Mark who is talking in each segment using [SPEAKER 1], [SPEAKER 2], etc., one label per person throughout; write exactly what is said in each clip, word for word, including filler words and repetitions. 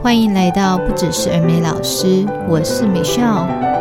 [SPEAKER 1] 欢迎来到不只是儿美老师，我是 Michelle。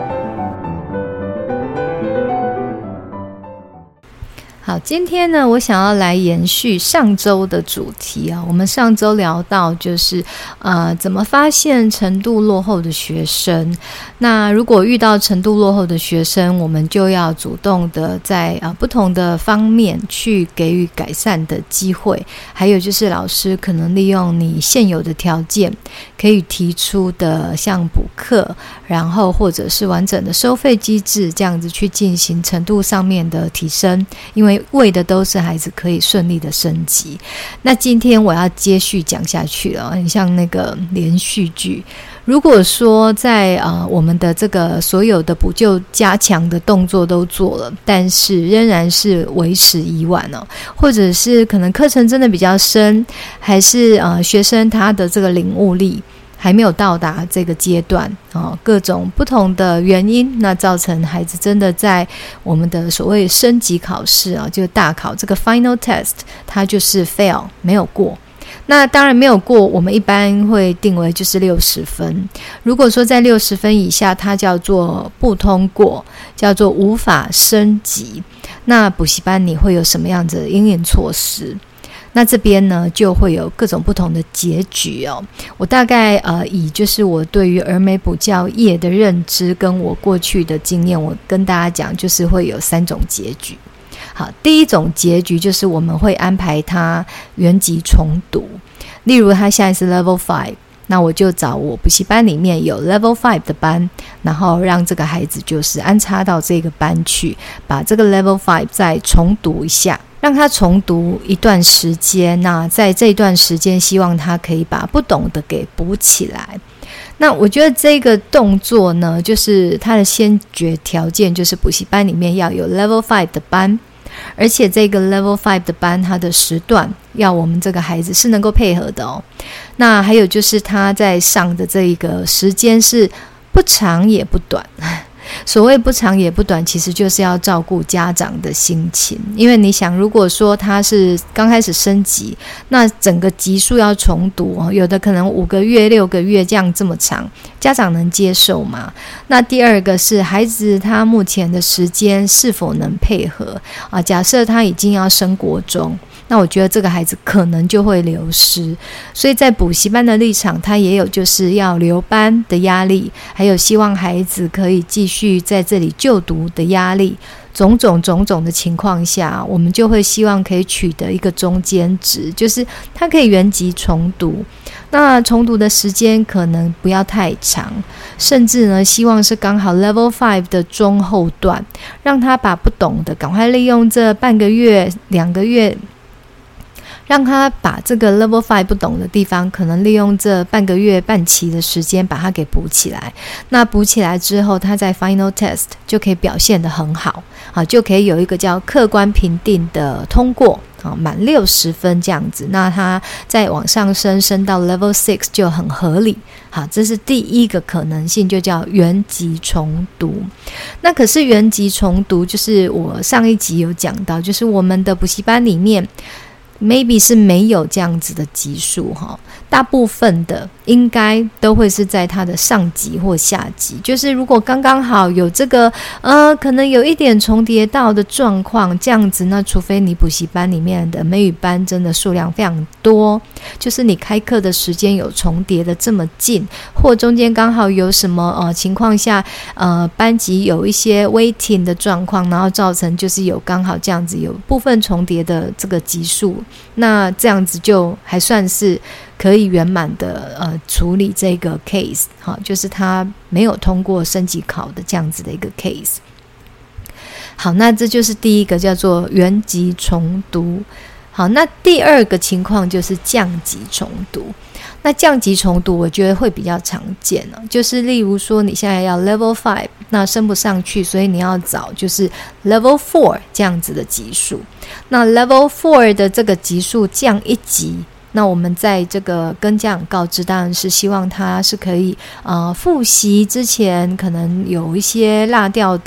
[SPEAKER 1] 好，今天呢，我想要来延续上周的主题啊。我们上周聊到就是呃，怎么发现程度落后的学生。那如果遇到程度落后的学生，我们就要主动的在呃不同的方面去给予改善的机会。还有就是老师可能利用你现有的条件，可以提出的像补课，然后或者是完整的收费机制，这样子去进行程度上面的提升。因为为的都是孩子可以顺利的升级。那今天我要接续讲下去了，很像那个连续剧。如果说在呃我们的这个所有的补救加强的动作都做了，但是仍然是为时已晚哦，或者是可能课程真的比较深，还是呃学生他的这个领悟力还没有到达这个阶段、哦、各种不同的原因，那造成孩子真的在我们的所谓升级考试啊，就是大考这个 final test， 它就是 fail 没有过。那当然没有过，我们一般会定为就是六十分。如果说在六十分以下，它叫做不通过，叫做无法升级。那补习班你会有什么样子的因应措施？那这边呢就会有各种不同的结局哦。我大概呃以就是我对于儿美补教业的认知跟我过去的经验，我跟大家讲就是会有三种结局。好，第一种结局就是我们会安排他原级重读，例如他现在是 level five， 那我就找我补习班里面有 level five 的班，然后让这个孩子就是安插到这个班去，把这个 level five 再重读一下，让他重读一段时间。那在这段时间希望他可以把不懂的给补起来。那我觉得这个动作呢，就是它的先决条件就是补习班里面要有 level five 的班，而且这个 level five 的班它的时段要我们这个孩子是能够配合的哦。那还有就是他在上的这一个时间是不长也不短，所谓不长也不短，其实就是要照顾家长的心情。因为你想，如果说他是刚开始升级，那整个级数要重读，有的可能五个月六个月这样这么长，家长能接受吗？那第二个是孩子他目前的时间是否能配合啊？假设他已经要升国中，那我觉得这个孩子可能就会流失。所以在补习班的立场，他也有就是要留班的压力，还有希望孩子可以继续在这里就读的压力。种种种种的情况下，我们就会希望可以取得一个中间值，就是他可以原级重读，那重读的时间可能不要太长，甚至呢希望是刚好 level five 的中后段，让他把不懂的赶快利用这半个月两个月，让他把这个 level five 不懂的地方，可能利用这半个月半期的时间把它给补起来。那补起来之后，他在 final test 就可以表现得很好，好，就可以有一个叫客观评定的通过，好，满六十分这样子。那他再往上升，升到 level six 就很合理。好，这是第一个可能性，就叫原级重读。那可是原级重读，就是我上一集有讲到，就是我们的补习班里面maybe 是没有这样子的级数，大部分的应该都会是在他的上级或下级，就是如果刚刚好有这个呃，可能有一点重叠到的状况这样子，那除非你补习班里面的美语班真的数量非常多，就是你开课的时间有重叠的这么近，或中间刚好有什么呃情况下呃班级有一些 waiting 的状况，然后造成就是有刚好这样子有部分重叠的这个级数，那这样子就还算是可以圆满的呃处理这个 case， 好，就是他没有通过升级考的这样子的一个 case。好，那这就是第一个叫做原级重读。好，那第二个情况就是降级重读。那降级重读我觉得会比较常见、哦、就是例如说你现在要 level five， 那升不上去，所以你要找就是 level four 这样子的级数。那 level four 的这个级数降一级，那我们在这个跟家长告知，当然是希望他是可以呃复习之前可能有一些落掉的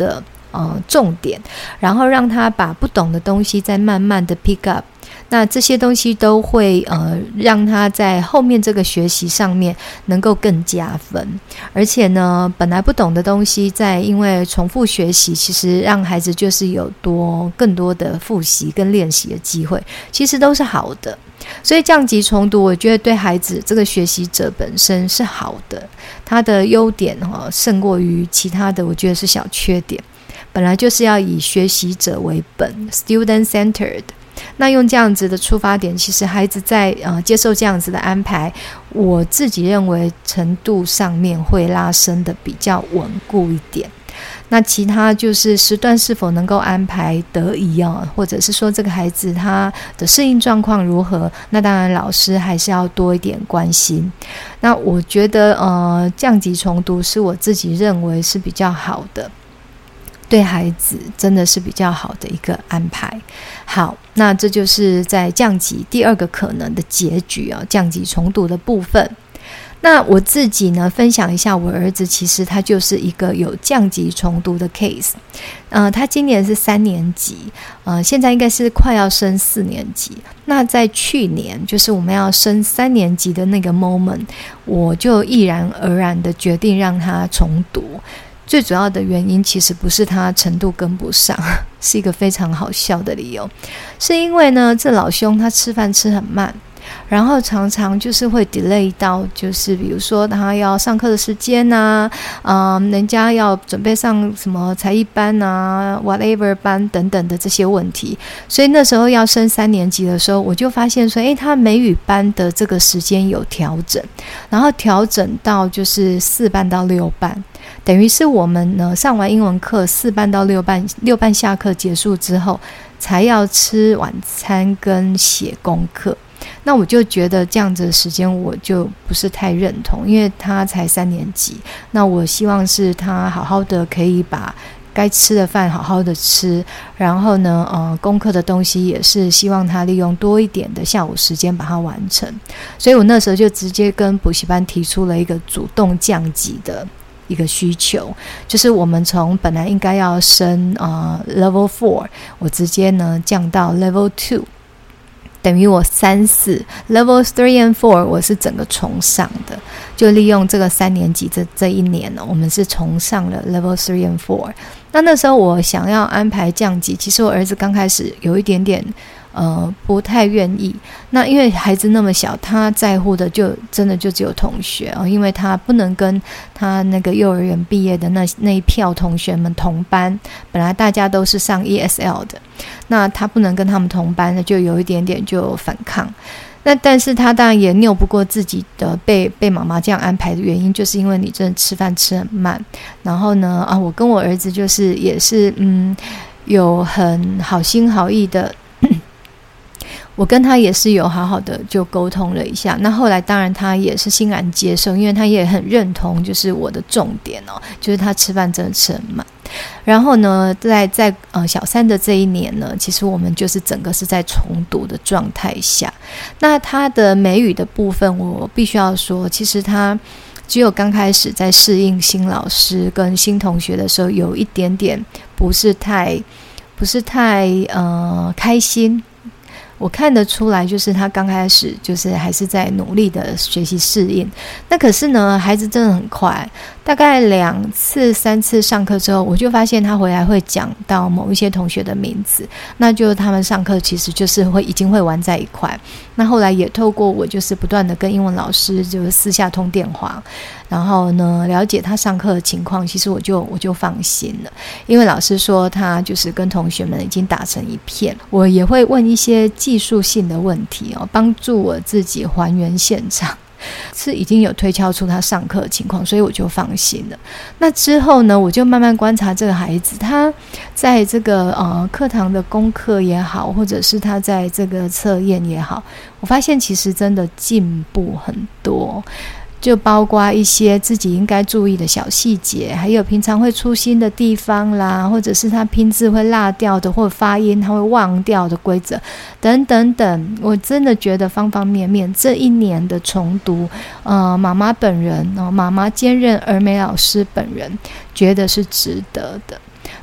[SPEAKER 1] 呃重点，然后让他把不懂的东西再慢慢的 pick up。那这些东西都会呃让他在后面这个学习上面能够更加分，而且呢，本来不懂的东西，在因为重复学习，其实让孩子就是有多更多的复习跟练习的机会，其实都是好的。所以降级重读，我觉得对孩子这个学习者本身是好的，他的优点哈、哦、胜过于其他的，我觉得是小缺点。本来就是要以学习者为本 ，student centered。那用这样子的出发点，其实孩子在呃接受这样子的安排，我自己认为程度上面会拉升的比较稳固一点。那其他就是时段是否能够安排得宜啊，或者是说这个孩子他的适应状况如何，那当然老师还是要多一点关心。那我觉得呃降级重读是我自己认为是比较好的，对孩子真的是比较好的一个安排。好，那这就是在降级第二个可能的结局啊，降级重读的部分。那我自己呢，分享一下，我儿子其实他就是一个有降级重读的 case。呃，他今年是三年级，呃，现在应该是快要升四年级。那在去年，就是我们要升三年级的那个 moment， 我就毅然而然的决定让他重读。最主要的原因其实不是他程度跟不上，是一个非常好笑的理由，是因为呢，这老兄他吃饭吃很慢，然后常常就是会 delay 到，就是比如说他要上课的时间啊，嗯，人家要准备上什么才艺班啊 whatever 班等等的这些问题。所以那时候要升三年级的时候，我就发现说，诶，他美语班的这个时间有调整，然后调整到就是四班到六班，等于是我们呢上完英文课四班到六班，六班下课结束之后才要吃晚餐跟写功课。那我就觉得这样子的时间我就不是太认同，因为他才三年级，那我希望是他好好的可以把该吃的饭好好的吃，然后呢呃，功课的东西也是希望他利用多一点的下午时间把它完成。所以我那时候就直接跟补习班提出了一个主动降级的一个需求，就是我们从本来应该要升呃 level four， 我直接呢降到 level two， 等于我三四 level three and four 我是整个重上的，就利用这个三年级这这一年呢，我们是重上了 level three and four。 那那时候我想要安排降级，其实我儿子刚开始有一点点呃，不太愿意。那因为孩子那么小，他在乎的就真的就只有同学哦，因为他不能跟他那个幼儿园毕业的那那一票同学们同班，本来大家都是上 E S L 的，那他不能跟他们同班，那就有一点点就反抗。那但是他当然也拗不过自己的被被妈妈这样安排的原因，就是因为你真的吃饭吃很慢。然后呢啊，我跟我儿子就是也是嗯，有很好心好意的。我跟他也是有好好的就沟通了一下，那后来当然他也是欣然接受，因为他也很认同就是我的重点哦，就是他吃饭真的吃很慢。然后呢在在呃小三的这一年呢，其实我们就是整个是在重读的状态下。那他的美语的部分我必须要说，其实他只有刚开始在适应新老师跟新同学的时候有一点点不是太不是太呃开心，我看得出来，就是他刚开始就是还是在努力的学习适应。那可是呢，孩子真的很快，大概两次三次上课之后，我就发现他回来会讲到某一些同学的名字，那就他们上课其实就是会已经会玩在一块。那后来也透过我就是不断的跟英文老师就是私下通电话，然后呢了解他上课的情况，其实我就我就放心了，因为老师说他就是跟同学们已经打成一片。我也会问一些技术性的问题哦，帮助我自己还原现场，是已经有推敲出他上课的情况，所以我就放心了。那之后呢，我就慢慢观察这个孩子，他在这个呃课堂的功课也好，或者是他在这个测验也好，我发现其实真的进步很多。就包括一些自己应该注意的小细节，还有平常会粗心的地方啦，或者是他拼字会落掉的，或者发音他会忘掉的规则等等等。我真的觉得方方面面这一年的重读，呃，妈妈本人哦，妈妈兼任儿美老师本人觉得是值得的。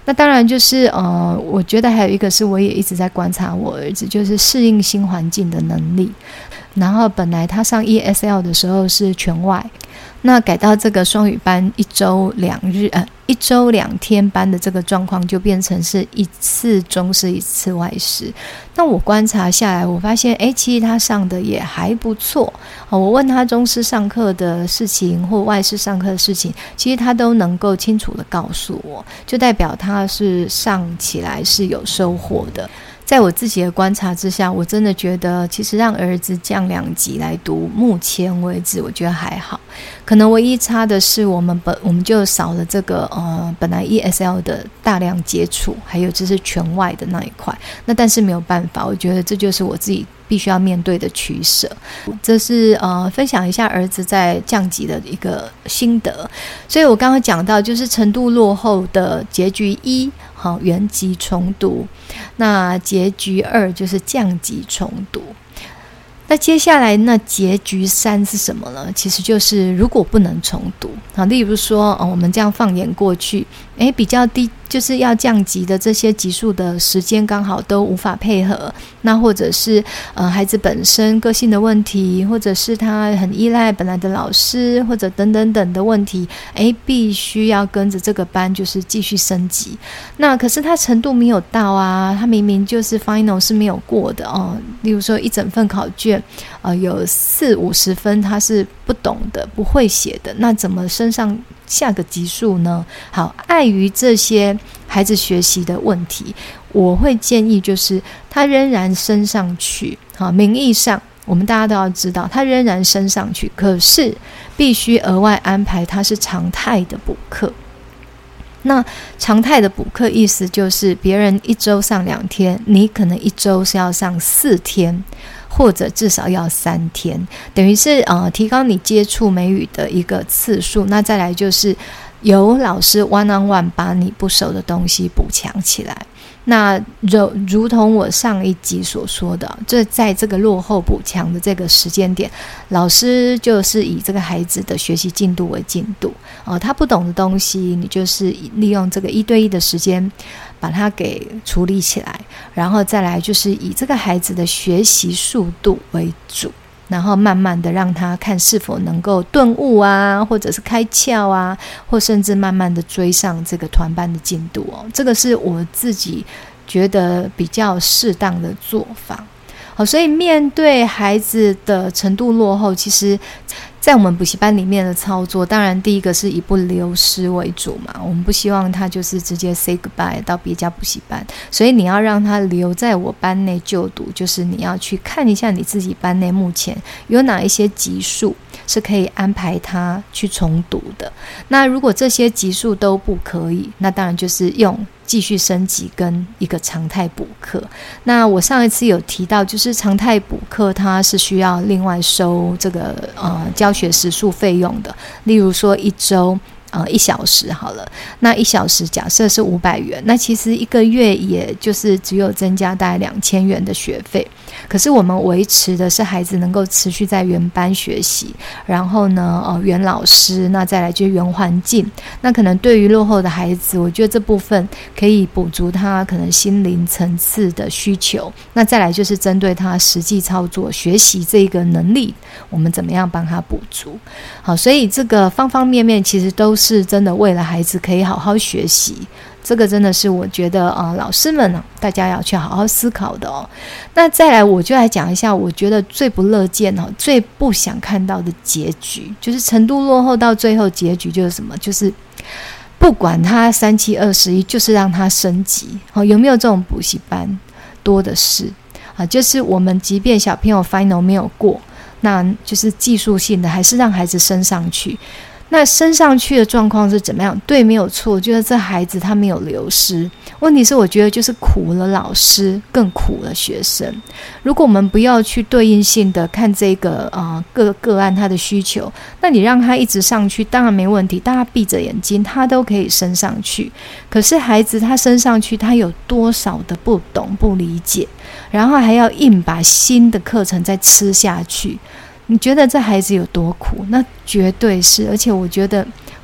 [SPEAKER 1] 那当然就是呃，我觉得还有一个是我也一直在观察我儿子，就是适应新环境的能力。然后本来他上 E S L 的时候是全外，那改到这个双语班一周两日呃一周两天班的这个状况，就变成是一次中式一次外式。那我观察下来，我发现哎，其实他上的也还不错、哦、我问他中式上课的事情或外式上课的事情，其实他都能够清楚的告诉我，就代表他是上起来是有收获的。在我自己的观察之下，我真的觉得其实让儿子降两级来读，目前为止我觉得还好。可能唯一差的是我们本我们就少了这个呃本来 E S L 的大量接触，还有就是全外的那一块。那但是没有办法，我觉得这就是我自己必须要面对的取舍。这是呃分享一下儿子在降级的一个心得。所以我刚刚讲到就是程度落后的结局一，好，原级重读。那结局二就是降级重读。那接下来那结局三是什么呢？其实就是如果不能重读，好，例如说、哦、我们这样放眼过去，诶，比较低就是要降级的这些级数的时间刚好都无法配合，那或者是呃孩子本身个性的问题，或者是他很依赖本来的老师，或者等等等的问题，诶，必须要跟着这个班就是继续升级。那可是他程度没有到啊，他明明就是 final 是没有过的哦，例如说一整份考卷呃有四五十分他是不懂的不会写的，那怎么升上下个级数呢？好，碍于这些孩子学习的问题，我会建议就是他仍然升上去，好，名义上我们大家都要知道他仍然升上去，可是必须额外安排他是常态的补课。那常态的补课意思就是别人一周上两天，你可能一周是要上四天，或者至少要三天，等于是呃提高你接触美语的一个次数。那再来就是由老师 one on one 把你不熟的东西补强起来。那如如同我上一集所说的，这在这个落后补强的这个时间点，老师就是以这个孩子的学习进度为进度、呃、他不懂的东西，你就是利用这个一对一的时间把它给处理起来，然后再来就是以这个孩子的学习速度为主，然后慢慢的让他看是否能够顿悟啊，或者是开窍啊，或甚至慢慢的追上这个团班的进度哦。这个是我自己觉得比较适当的做法。好，所以面对孩子的程度落后，其实在我们补习班里面的操作，当然第一个是以不流失为主嘛，我们不希望他就是直接 say goodbye 到别家补习班，所以你要让他留在我班内就读，就是你要去看一下你自己班内目前有哪一些级数是可以安排他去重读的。那如果这些级数都不可以，那当然就是用继续升级跟一个常态补课。那我上一次有提到，就是常态补课它是需要另外收这个呃教学时数费用的，例如说一周呃一小时好了，那一小时假设是五百元，那其实一个月也就是只有增加大概两千元的学费。可是我们维持的是孩子能够持续在原班学习，然后呢呃原老师，那再来就是原环境。那可能对于落后的孩子，我觉得这部分可以补足他可能心灵层次的需求。那再来就是针对他实际操作学习这个能力，我们怎么样帮他补足。好，所以这个方方面面其实都是真的为了孩子可以好好学习，这个真的是我觉得呃老师们、啊、大家要去好好思考的哦。那再来我就来讲一下我觉得最不乐见、哦、最不想看到的结局，就是程度落后到最后结局就是什么，就是不管他三七二十一，就是让他升级、哦、有没有这种补习班？多的是、啊、就是我们即便小朋友 final 没有过，那就是技术性的还是让孩子升上去。那升上去的状况是怎么样？对，没有错，就是这孩子他没有流失。问题是我觉得就是苦了老师，更苦了学生。如果我们不要去对应性的看这个呃个个案他的需求，那你让他一直上去当然没问题，大家闭着眼睛他都可以升上去。可是孩子他升上去，他有多少的不懂不理解，然后还要硬把新的课程再吃下去，你觉得这孩子有多苦？那绝对是，而且我觉得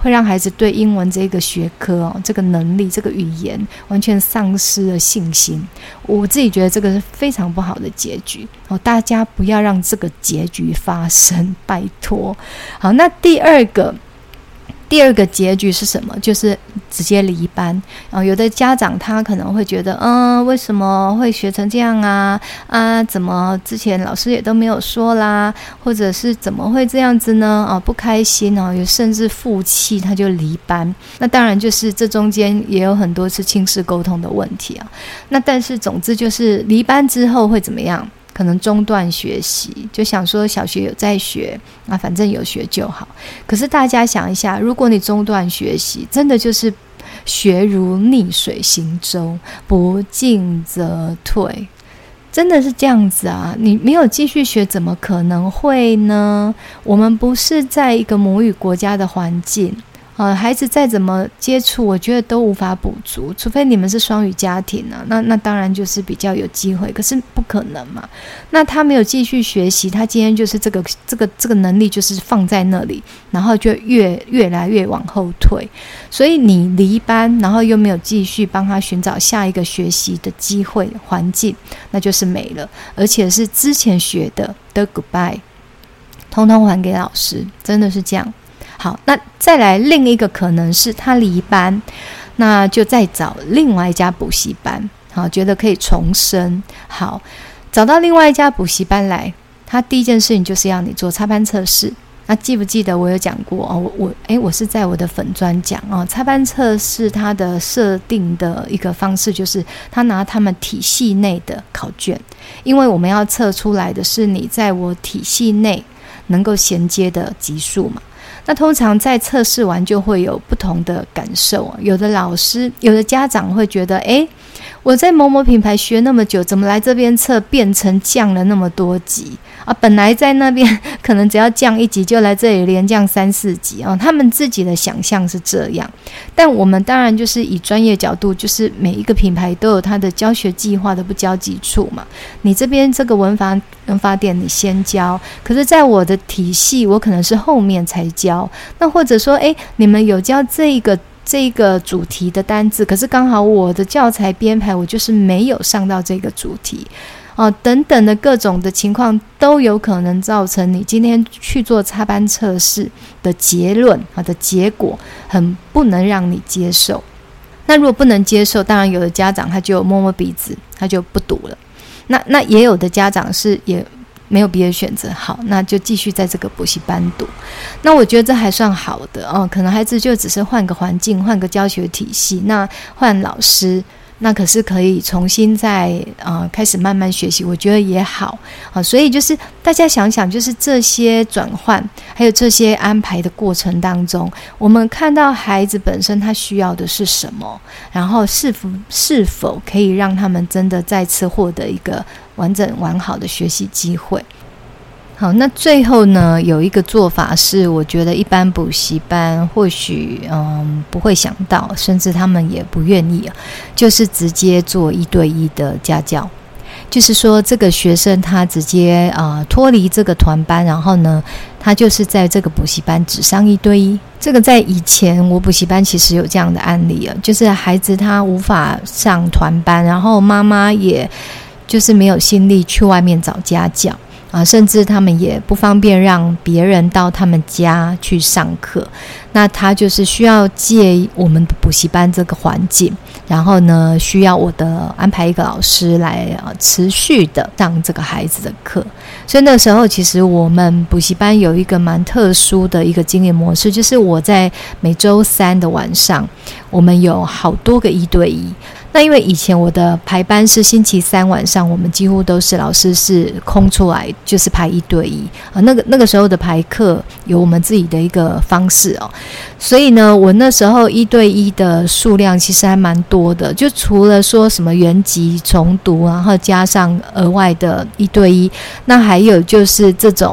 [SPEAKER 1] 会让孩子对英文这个学科哦，这个能力、这个语言完全丧失了信心。我自己觉得这个是非常不好的结局哦，大家不要让这个结局发生，拜托。好，那第二个。第二个结局是什么？就是直接离班、哦、有的家长他可能会觉得嗯，为什么会学成这样啊啊，怎么之前老师也都没有说啦，或者是怎么会这样子呢、哦、不开心哦，有甚至负气他就离班。那当然就是这中间也有很多是亲师沟通的问题啊。那但是总之就是离班之后会怎么样？可能中断学习，就想说小学有在学啊，反正有学就好。可是大家想一下，如果你中断学习，真的就是学如逆水行舟，不进则退，真的是这样子啊！你没有继续学，怎么可能会呢？我们不是在一个母语国家的环境。呃，孩子再怎么接触，我觉得都无法补足，除非你们是双语家庭啊，那那当然就是比较有机会，可是不可能嘛。那他没有继续学习，他今天就是这个这个这个能力就是放在那里，然后就越越来越往后退。所以你离班，然后又没有继续帮他寻找下一个学习的机会环境，那就是没了，而且是之前学的的 goodbye， 通通还给老师，真的是这样。好，那再来另一个可能是他离班，那就再找另外一家补习班，好，觉得可以重生。好，找到另外一家补习班来，他第一件事情就是要你做插班测试。那记不记得我有讲过哦？我我诶，我是在我的粉专讲哦，插班测试它的设定的一个方式就是他拿他们体系内的考卷，因为我们要测出来的是你在我体系内能够衔接的级数嘛。那通常在测试完就会有不同的感受，有的老师有的家长会觉得诶，我在某某品牌学那么久，怎么来这边测变成降了那么多级啊？本来在那边可能只要降一级，就来这里连降三四级啊。他们自己的想象是这样，但我们当然就是以专业角度，就是每一个品牌都有它的教学计划的不教基础嘛。你这边这个文法文法点你先教，可是在我的体系我可能是后面才教。那或者说诶，你们有教这个这个主题的单字，可是刚好我的教材编排我就是没有上到这个主题哦，等等的各种的情况都有可能造成你今天去做插班测试的结论啊的结果很不能让你接受。那如果不能接受，当然有的家长他就摸摸鼻子，他就不读了。那那也有的家长是也没有别的选择，好，那就继续在这个补习班读。那我觉得这还算好的哦，可能孩子就只是换个环境，换个教学体系，那换老师，那可是可以重新再呃开始慢慢学习，我觉得也好啊。所以就是大家想想，就是这些转换还有这些安排的过程当中，我们看到孩子本身他需要的是什么，然后是否是否可以让他们真的再次获得一个完整完好的学习机会。好，那最后呢，有一个做法是我觉得一般补习班或许嗯不会想到，甚至他们也不愿意，就是直接做一对一的家教。就是说这个学生他直接呃脱离这个团班，然后呢他就是在这个补习班只上一对一。这个在以前我补习班其实有这样的案例了，就是孩子他无法上团班，然后妈妈也就是没有心力去外面找家教啊，甚至他们也不方便让别人到他们家去上课，那他就是需要借我们补习班这个环境，然后呢需要我的安排一个老师来、呃、持续的上这个孩子的课。所以那时候其实我们补习班有一个蛮特殊的一个经营模式，就是我在每周三的晚上，我们有好多个一对一。那因为以前我的排班是星期三晚上，我们几乎都是老师是空出来，就是排一对一啊。那个那个时候的排课有我们自己的一个方式哦，所以呢，我那时候一对一的数量其实还蛮多的。就除了说什么原级重读，然后加上额外的一对一，那还有就是这种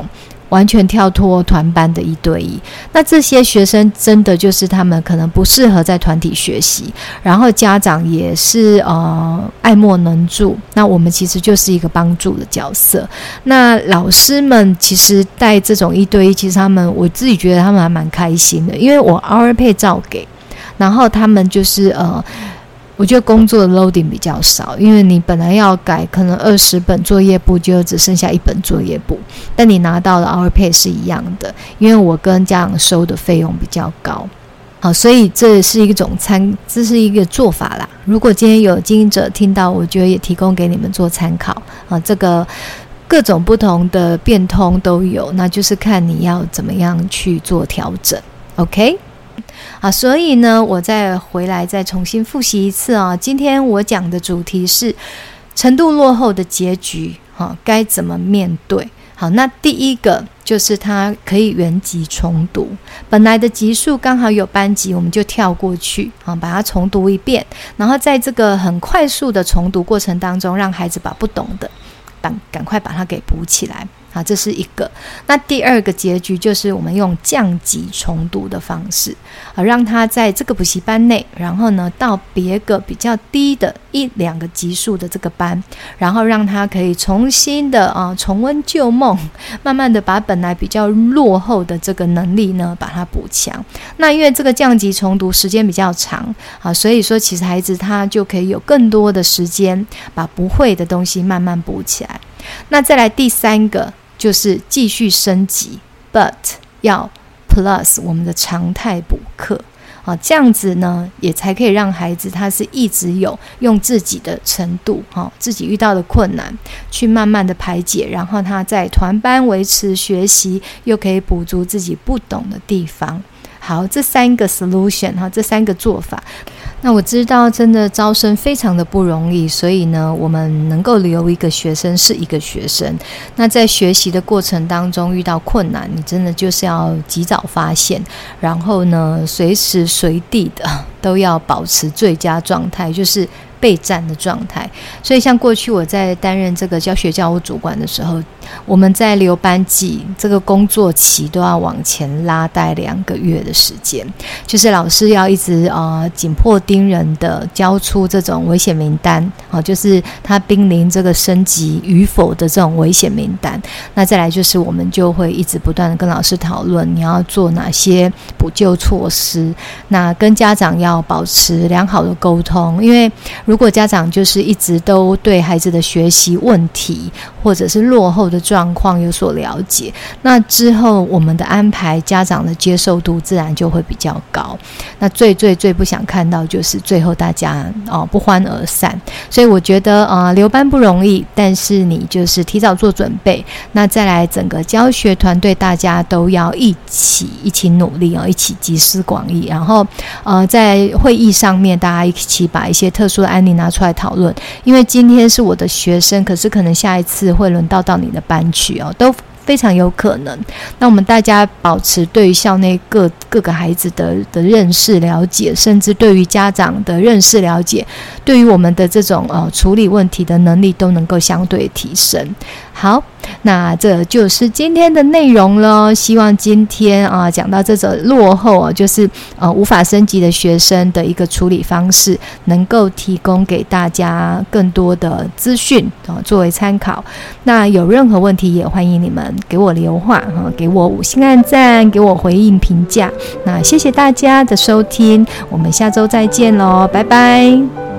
[SPEAKER 1] 完全跳脱团班的一对一。那这些学生真的就是他们可能不适合在团体学习，然后家长也是呃爱莫能助，那我们其实就是一个帮助的角色。那老师们其实带这种一对一，其实他们我自己觉得他们还蛮开心的，因为我 hour pay 照给，然后他们就是呃我觉得工作的 loading 比较少，因为你本来要改可能二十本作业簿，就只剩下一本作业簿，但你拿到的 hour pay 是一样的，因为我跟家长收的费用比较高。好，所以这是一种参，这是一个做法啦。如果今天有经营者听到，我觉得也提供给你们做参考啊。这个各种不同的变通都有，那就是看你要怎么样去做调整。OK。啊，所以呢，我再回来再重新复习一次啊。今天我讲的主题是程度落后的结局，啊，该怎么面对？好，那第一个就是它可以原级重读，本来的级数刚好有班级，我们就跳过去啊，把它重读一遍，然后在这个很快速的重读过程当中，让孩子把不懂的赶赶快把它给补起来。好，这是一个。那第二个结局就是我们用降级重读的方式，啊，让他在这个补习班内，然后呢到别个比较低的一两个级数的这个班，然后让他可以重新的啊重温旧梦，慢慢的把本来比较落后的这个能力呢把它补强。那因为这个降级重读时间比较长，啊，所以说其实孩子他就可以有更多的时间把不会的东西慢慢补起来。那再来第三个就是继续升级 but 要 plus 我们的常态补课，啊，这样子呢也才可以让孩子他是一直有用自己的程度，啊，自己遇到的困难去慢慢的排解，然后他在团班维持学习，又可以补足自己不懂的地方。好，这三个 solution， 这三个做法，那我知道真的招生非常的不容易，所以呢我们能够留一个学生是一个学生。那在学习的过程当中遇到困难，你真的就是要及早发现，然后呢随时随地的都要保持最佳状态，就是备战的状态。所以像过去我在担任这个教学教务主管的时候，我们在留班季这个工作期都要往前拉大概两个月的时间，就是老师要一直呃紧迫盯人的交出这种危险名单，哦，就是他濒临这个升级与否的这种危险名单。那再来就是我们就会一直不断的跟老师讨论你要做哪些补救措施，那跟家长要保持良好的沟通，因为如果家长就是一直都对孩子的学习问题或者是落后的状况有所了解，那之后我们的安排家长的接受度自然就会比较高。那最最最不想看到就是最后大家哦不欢而散。所以我觉得呃留班不容易，但是你就是提早做准备，那再来整个教学团队大家都要一起一起努力哦，一起集思广益，然后呃在会议上面大家一起把一些特殊的案例拿出来讨论，因为今天是我的学生，可是可能下一次会轮到到你的班去哦，都非常有可能。那我们大家保持对于校内各各个孩子的的认识了解，甚至对于家长的认识了解，对于我们的这种呃处理问题的能力都能够相对提升。好，那这就是今天的内容了。希望今天啊讲到这种落后啊，就是呃无法升级的学生的一个处理方式，能够提供给大家更多的资讯啊作为参考。那有任何问题也欢迎你们给我留话啊，给我五星按赞，给我回应评价。那谢谢大家的收听，我们下周再见咯，拜拜。